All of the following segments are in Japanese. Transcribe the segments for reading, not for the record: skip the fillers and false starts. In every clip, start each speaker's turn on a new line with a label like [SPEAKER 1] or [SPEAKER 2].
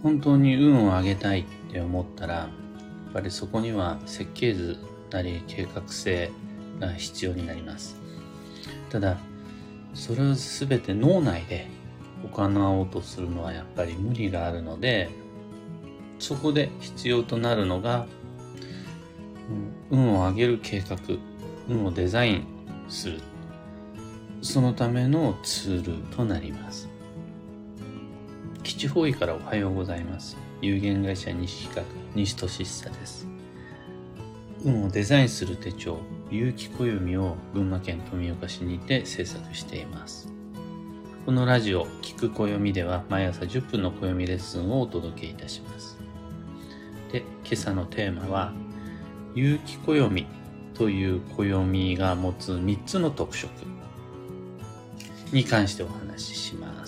[SPEAKER 1] 本当に運を上げたいって思ったら、やっぱりそこには設計図なり計画性が必要になります。ただ、それを全て脳内で行おうとするのはやっぱり無理があるので、そこで必要となるのが、運を上げる計画、運をデザインする。そのためのツールとなります。基地方位からおはようございます。有限会社西企画、西俊久です。運をデザインする手帳、有機暦を群馬県富岡市にて制作しています。このラジオ、聞く暦では毎朝10分の暦レッスンをお届けいたします。で、今朝のテーマは、有機暦という暦が持つ3つの特色に関してお話しします。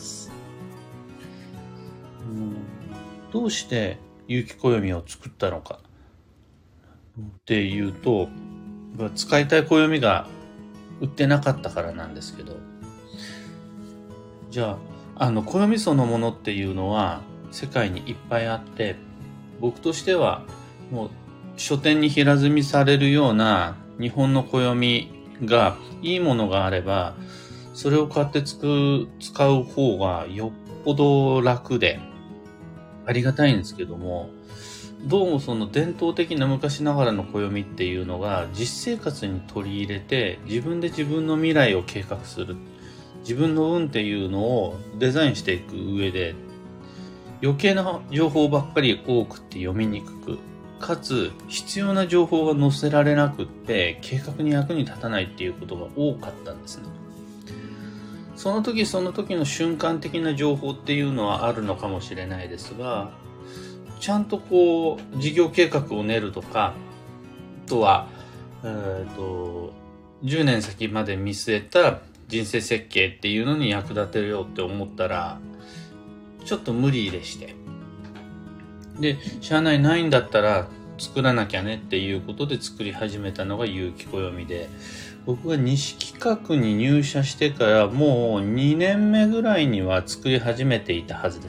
[SPEAKER 1] どうして有機暦を作ったのかっていうと、使いたい暦が売ってなかったからなんですけど、じゃあ、暦そのものっていうのは世界にいっぱいあって、僕としてはもう書店に平積みされるような日本の暦がいいものがあれば、それを買って使う方がよっぽど楽でありがたいんですけども、どうもその伝統的な昔ながらの暦っていうのが実生活に取り入れて、自分で自分の未来を計画する、自分の運っていうのをデザインしていく上で、余計な情報ばっかり多くて読みにくく、かつ必要な情報が載せられなくって計画に役に立たないっていうことが多かったんですね。その時その時の瞬間的な情報っていうのはあるのかもしれないですが、ちゃんと事業計画を練るとか、あとは、10年先まで見据えた人生設計っていうのに役立てるよって思ったら、ちょっと無理でして。で、しゃあないんだったら作らなきゃねっていうことで作り始めたのが有機暦で、僕が西企画に入社してからもう2年目ぐらいには作り始めていたはずです。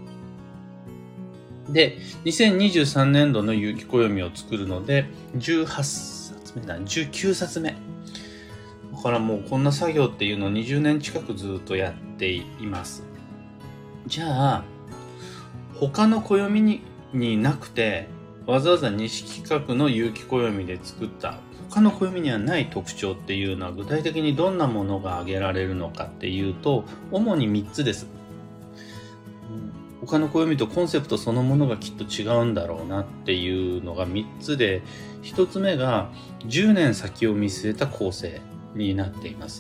[SPEAKER 1] で、2023年度の有機暦を作るので、19冊目。だからもうこんな作業っていうのを20年近くずっとやっています。じゃあ、他の暦になくて、わざわざ西企画の有機暦で作った他の暦にはない特徴っていうのは具体的にどんなものが挙げられるのかっていうと、主に3つです。他の暦とコンセプトそのものがきっと違うんだろうなっていうのが3つで、1つ目が10年先を見据えた構成になっています。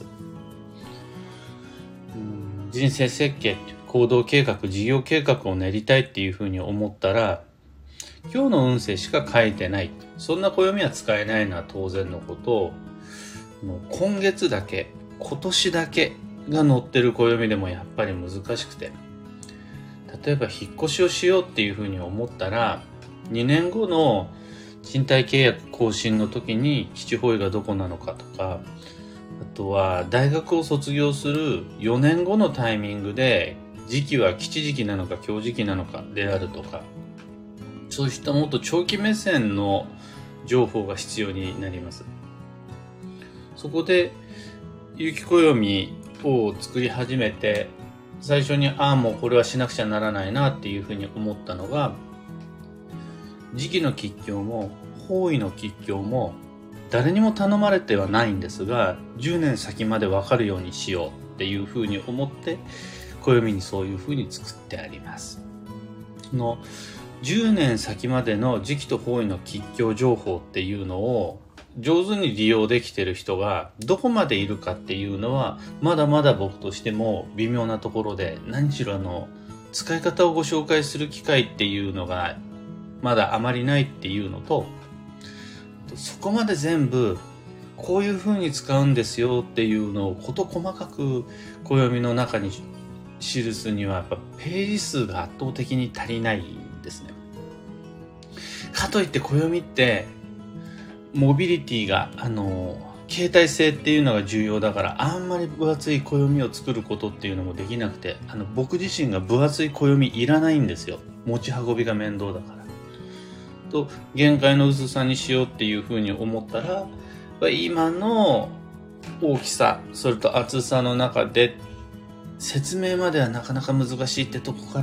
[SPEAKER 1] 人生設計、行動計画、事業計画を練りたいっていうふうに思ったら、今日の運勢しか書いてない。そんな暦は使えないのは当然のこと。もう今月だけ、今年だけが載ってる暦でもやっぱり難しくて。例えば引っ越しをしようっていうふうに思ったら、2年後の賃貸契約更新の時に基地方位がどこなのかとか、あとは大学を卒業する4年後のタイミングで時期は吉時期なのか凶時期なのかであるとか、そういったもっと長期目線の情報が必要になります。そこで有機暦を作り始めて、最初にもうこれはしなくちゃならないなっていうふうに思ったのが、時期の吉凶も方位の吉凶も誰にも頼まれてはないんですが、10年先まで分かるようにしようっていうふうに思って暦にそういうふうに作ってあります。その10年先までの時期と方位の吉凶情報っていうのを上手に利用できている人がどこまでいるかっていうのはまだまだ僕としても微妙なところで、何しろ使い方をご紹介する機会っていうのがまだあまりないっていうのと、そこまで全部こういう風に使うんですよっていうのを事細かく暦の中に記すにはやっぱページ数が圧倒的に足りないんですね。かといって暦ってモビリティが携帯性っていうのが重要だから、あんまり分厚い暦を作ることっていうのもできなくて、僕自身が分厚い暦いらないんですよ。持ち運びが面倒だから。と、限界の薄さにしようっていうふうに思ったら、今の大きさ、それと厚さの中で、説明まではなかなか難しいってとこから、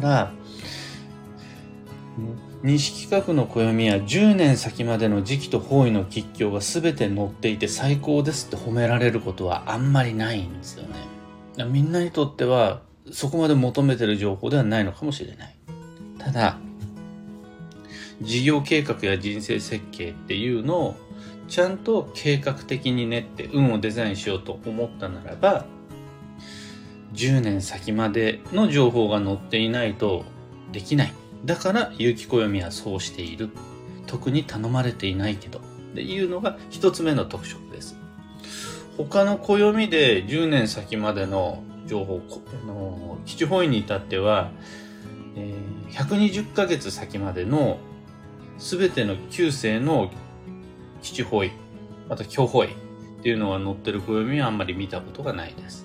[SPEAKER 1] 西企画の暦は10年先までの時期と方位の吉凶が全て載っていて最高ですって褒められることはあんまりないんですよね。みんなにとってはそこまで求めてる情報ではないのかもしれない。ただ、事業計画や人生設計っていうのをちゃんと計画的に練って運をデザインしようと思ったならば、10年先までの情報が載っていないとできない。だから有機暦はそうしている。特に頼まれていないけどっていうのが一つ目の特色です。他の暦で10年先までの情報、基地方位に至っては、120ヶ月先までの全ての9星の基地方位、また強方位っていうのが載ってる暦はあんまり見たことがないです。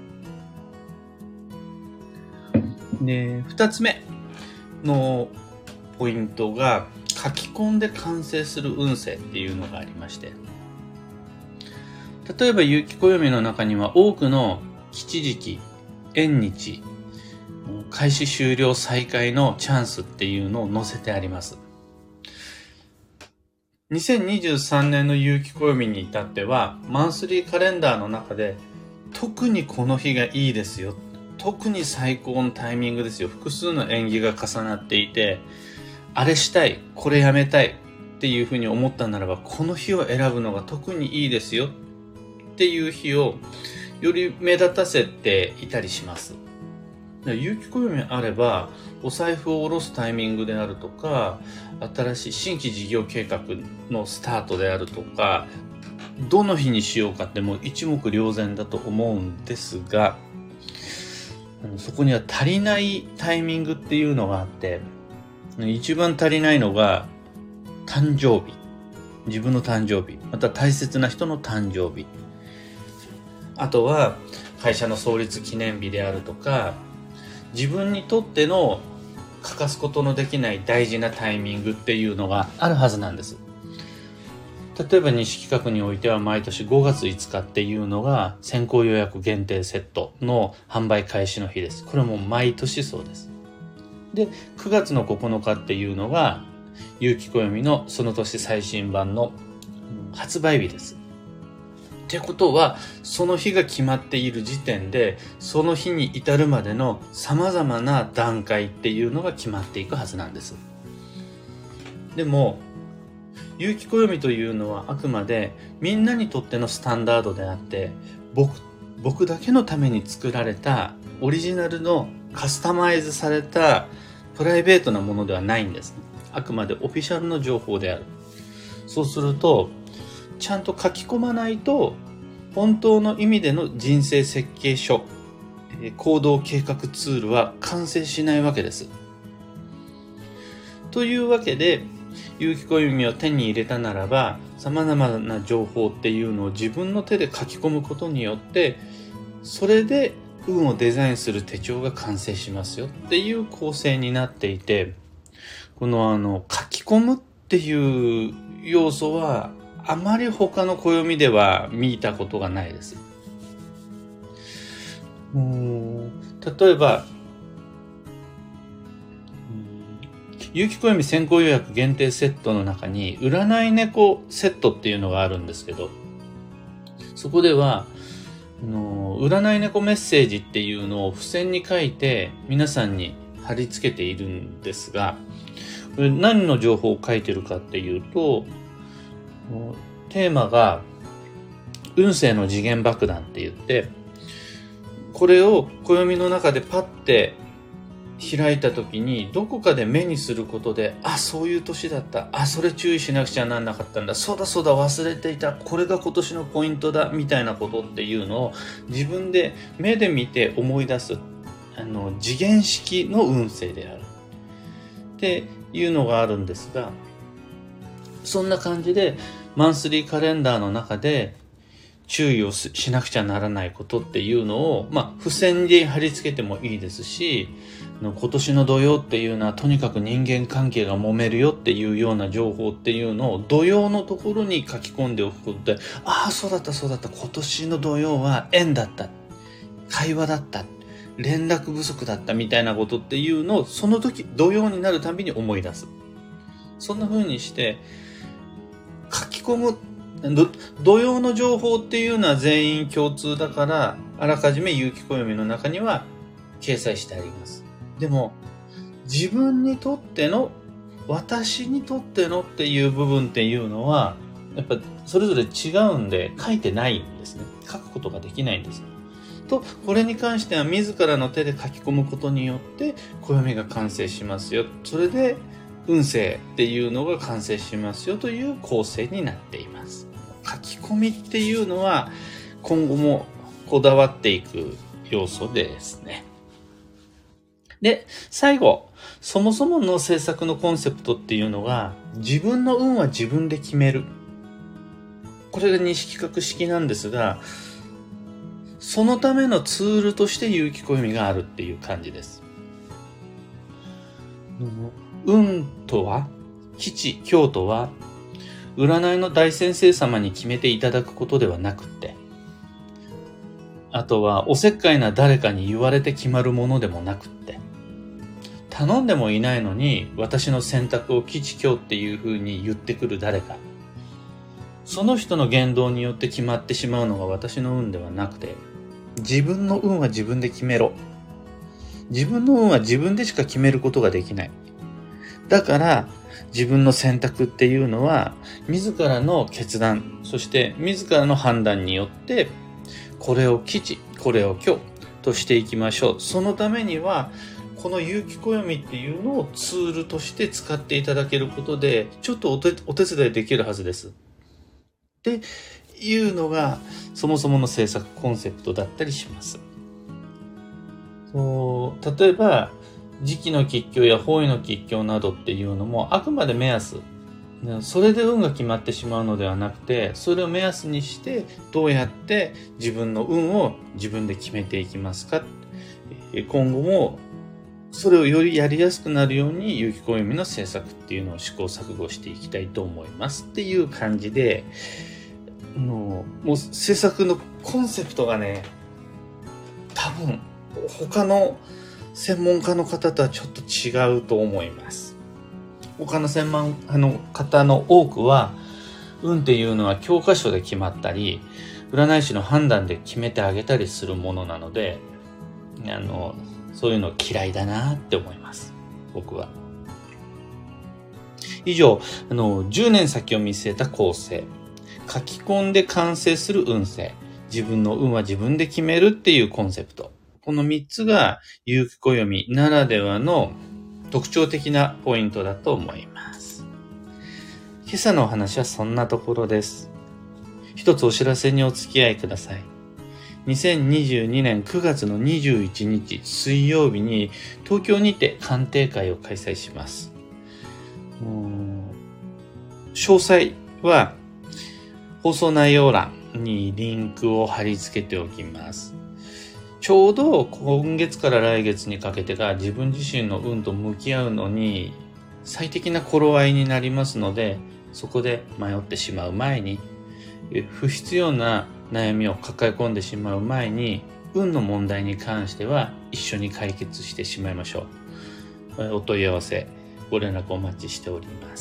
[SPEAKER 1] で、2つ目のポイントが書き込んで完成する運勢っていうのがありまして、例えば有機暦の中には多くの吉時期、縁日、開始終了再開のチャンスっていうのを載せてあります。2023年の有機暦に至ってはマンスリーカレンダーの中で特にこの日がいいですよ、特に最高のタイミングですよ、複数の縁起が重なっていて、あれしたい、これやめたいっていうふうに思ったならば、この日を選ぶのが特にいいですよっていう日をより目立たせていたりします。有機暦あればお財布を下ろすタイミングであるとか、新しい新規事業計画のスタートであるとか、どの日にしようかってもう一目瞭然だと思うんですが、そこには足りないタイミングっていうのがあって、一番足りないのが誕生日、自分の誕生日、また大切な人の誕生日、あとは会社の創立記念日であるとか、自分にとっての欠かすことのできない大事なタイミングっていうのがあるはずなんです。例えば西企画においては毎年5月5日っていうのが先行予約限定セットの販売開始の日です。これも毎年そうです。で、9月の9日っていうのが有機暦のその年最新版の発売日です。ってことは、その日が決まっている時点で、その日に至るまでの様々な段階っていうのが決まっていくはずなんです。でも、有機暦というのはあくまでみんなにとってのスタンダードであって、僕だけのために作られたオリジナルのカスタマイズされたプライベートなものではないんです。あくまでオフィシャルの情報である。そうすると、ちゃんと書き込まないと本当の意味での人生設計書、行動計画ツールは完成しないわけです。というわけで、有機暦を手に入れたならば、様々な情報っていうのを自分の手で書き込むことによって、それで運をデザインする手帳が完成しますよっていう構成になっていて、この書き込むっていう要素はあまり他の暦では見たことがないです。例えば、有機暦先行予約限定セットの中に占い猫セットっていうのがあるんですけど、そこでは占い猫メッセージっていうのを付箋に書いて皆さんに貼り付けているんですが、これ何の情報を書いてるかっていうと、テーマが運勢の次元爆弾って言って、これを暦の中でパッて開いた時にどこかで目にすることで、あ、そういう年だった、あ、それ注意しなくちゃなんなかったんだ、そうだ忘れていた、これが今年のポイントだみたいなことっていうのを自分で目で見て思い出す次元式の運勢であるっていうのがあるんですが、そんな感じでマンスリーカレンダーの中で注意をしなくちゃならないことっていうのを、付箋で貼り付けてもいいですし、今年の土曜っていうのはとにかく人間関係が揉めるよっていうような情報っていうのを土曜のところに書き込んでおくことで、そうだった、今年の土曜は縁だった、会話だった、連絡不足だったみたいなことっていうのをその時土曜になるたびに思い出す。そんな風にして書き込む。土曜の情報っていうのは全員共通だから、あらかじめ有機暦の中には掲載してあります。でも、自分にとっての、私にとってのっていう部分っていうのは、やっぱそれぞれ違うんで書いてないんですね。書くことができないんです。と、これに関しては自らの手で書き込むことによって暦が完成しますよ。それで運勢っていうのが完成しますよという構成になっています。書き込みっていうのは今後もこだわっていく要素ですね。で、最後、そもそもの制作のコンセプトっていうのが、自分の運は自分で決める。これが二式格式なんですが、そのためのツールとして有機暦があるっていう感じです。運とは、吉、凶とは、占いの大先生様に決めていただくことではなくって、あとはおせっかいな誰かに言われて決まるものでもなくって、頼んでもいないのに私の選択を吉凶っていう風に言ってくる誰か、その人の言動によって決まってしまうのが私の運ではなくて、自分の運は自分で決めろ。自分の運は自分でしか決めることができない。だから自分の選択っていうのは自らの決断、そして自らの判断によってこれを吉、これを凶としていきましょう。そのためにはこの有機暦っていうのをツールとして使っていただけることでちょっとお手伝いできるはずです。っていうのがそもそもの制作コンセプトだったりします。例えば時期の吉凶や方位の吉凶などっていうのもあくまで目安。それで運が決まってしまうのではなくて、それを目安にしてどうやって自分の運を自分で決めていきますか。今後もそれをよりやりやすくなるように有機暦の制作っていうのを試行錯誤していきたいと思いますっていう感じで、もう制作のコンセプトがね、多分他の専門家の方とはちょっと違うと思います。他の専門家の方の多くは、運っていうのは教科書で決まったり、占い師の判断で決めてあげたりするものなので、そういうの嫌いだなって思います。僕は。以上、10年先を見据えた構成、書き込んで完成する運勢、自分の運は自分で決めるっていうコンセプト。この3つが有機暦ならではの特徴的なポイントだと思います。今朝のお話はそんなところです。一つお知らせにお付き合いください。2022年9月の21日水曜日に東京にて鑑定会を開催します。詳細は放送内容欄にリンクを貼り付けておきます。ちょうど今月から来月にかけてが自分自身の運と向き合うのに最適な頃合いになりますので、そこで迷ってしまう前に、不必要な悩みを抱え込んでしまう前に、運の問題に関しては一緒に解決してしまいましょう。お問い合わせ、ご連絡お待ちしております。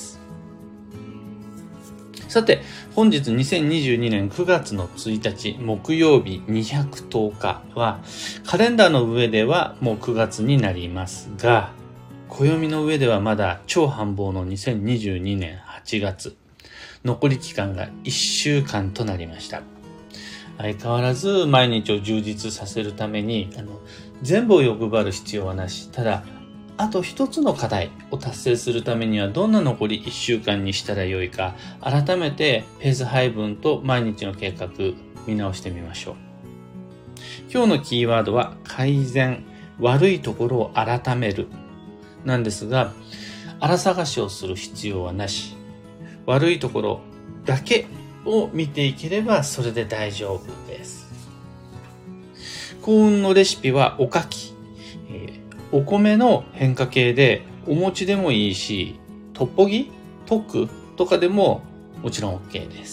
[SPEAKER 1] さて、本日2022年9月の1日木曜日210日は、カレンダーの上ではもう9月になりますが、暦の上ではまだ超繁忙の2022年8月、残り期間が1週間となりました。相変わらず毎日を充実させるために、全部を欲張る必要はなし。ただ、あと一つの課題を達成するためにはどんな残り1週間にしたらよいか、改めてペース配分と毎日の計画見直してみましょう。今日のキーワードは改善、悪いところを改めるなんですが、荒探しをする必要はなし。悪いところだけを見ていければそれで大丈夫です。幸運のレシピはおかき。お米の変化系でお餅でもいいし、トッポギ、トックとかでももちろん OK です。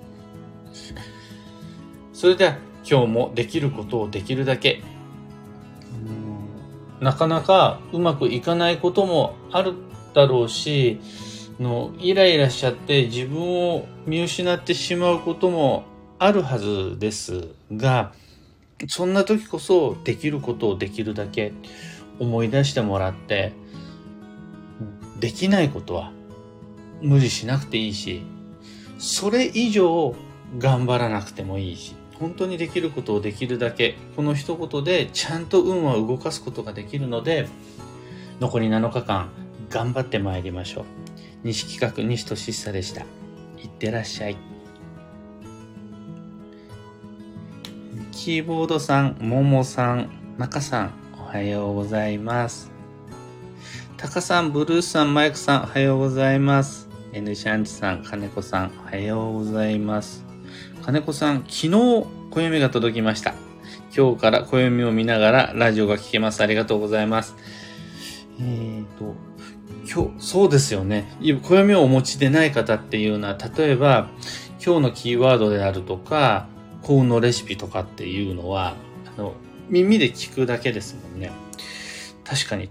[SPEAKER 1] それでは今日もできることをできるだけ。なかなかうまくいかないこともあるだろうし、イライラしちゃって自分を見失ってしまうこともあるはずですが、そんな時こそできることをできるだけ思い出してもらって、できないことは無理しなくていいし、それ以上頑張らなくてもいいし、本当にできることをできるだけ、この一言でちゃんと運を動かすことができるので、残り7日間頑張ってまいりましょう。西企画西俊久でした。いってらっしゃい。キーボードさん、ももさん、まかさん、おはようございます。たかさん、ブルースさん、マイクさん、おはようございます。N シャンチさん、金子さん、おはようございます。金子さん、昨日、暦が届きました。今日から暦を見ながらラジオが聞けます。ありがとうございます。今日、そうですよね。暦をお持ちでない方っていうのは、例えば、今日のキーワードであるとか、幸運のレシピとかっていうのは、耳で聞くだけですもんね。確かに。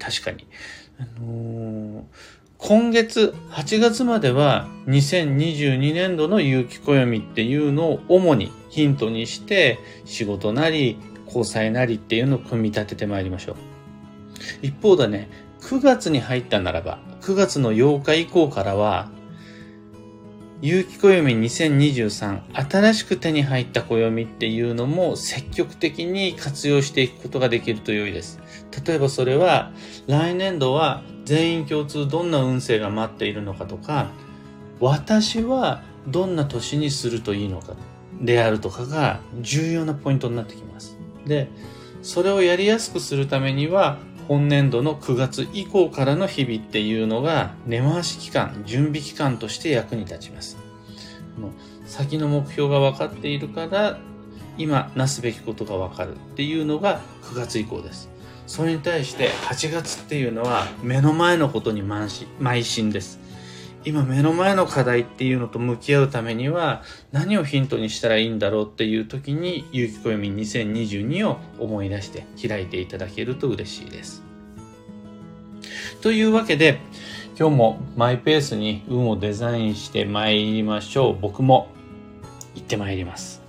[SPEAKER 1] 今月8月までは2022年度の有機暦っていうのを主にヒントにして仕事なり交際なりっていうのを組み立ててまいりましょう。一方だね、9月に入ったならば、9月の8日以降からは有機暦2023、新しく手に入った暦っていうのも積極的に活用していくことができると良いです。例えばそれは来年度は全員共通どんな運勢が待っているのかとか、私はどんな年にするといいのかであるとかが重要なポイントになってきます。で、それをやりやすくするためには本年度の9月以降からの日々っていうのが根回し期間、準備期間として役に立ちます。先の目標が分かっているから今なすべきことが分かるっていうのが9月以降です。それに対して8月っていうのは目の前のことに邁進です。今目の前の課題っていうのと向き合うためには何をヒントにしたらいいんだろうっていう時に有機暦2022を思い出して開いていただけると嬉しいです。というわけで今日もマイペースに運をデザインして参りましょう。僕も行って参ります。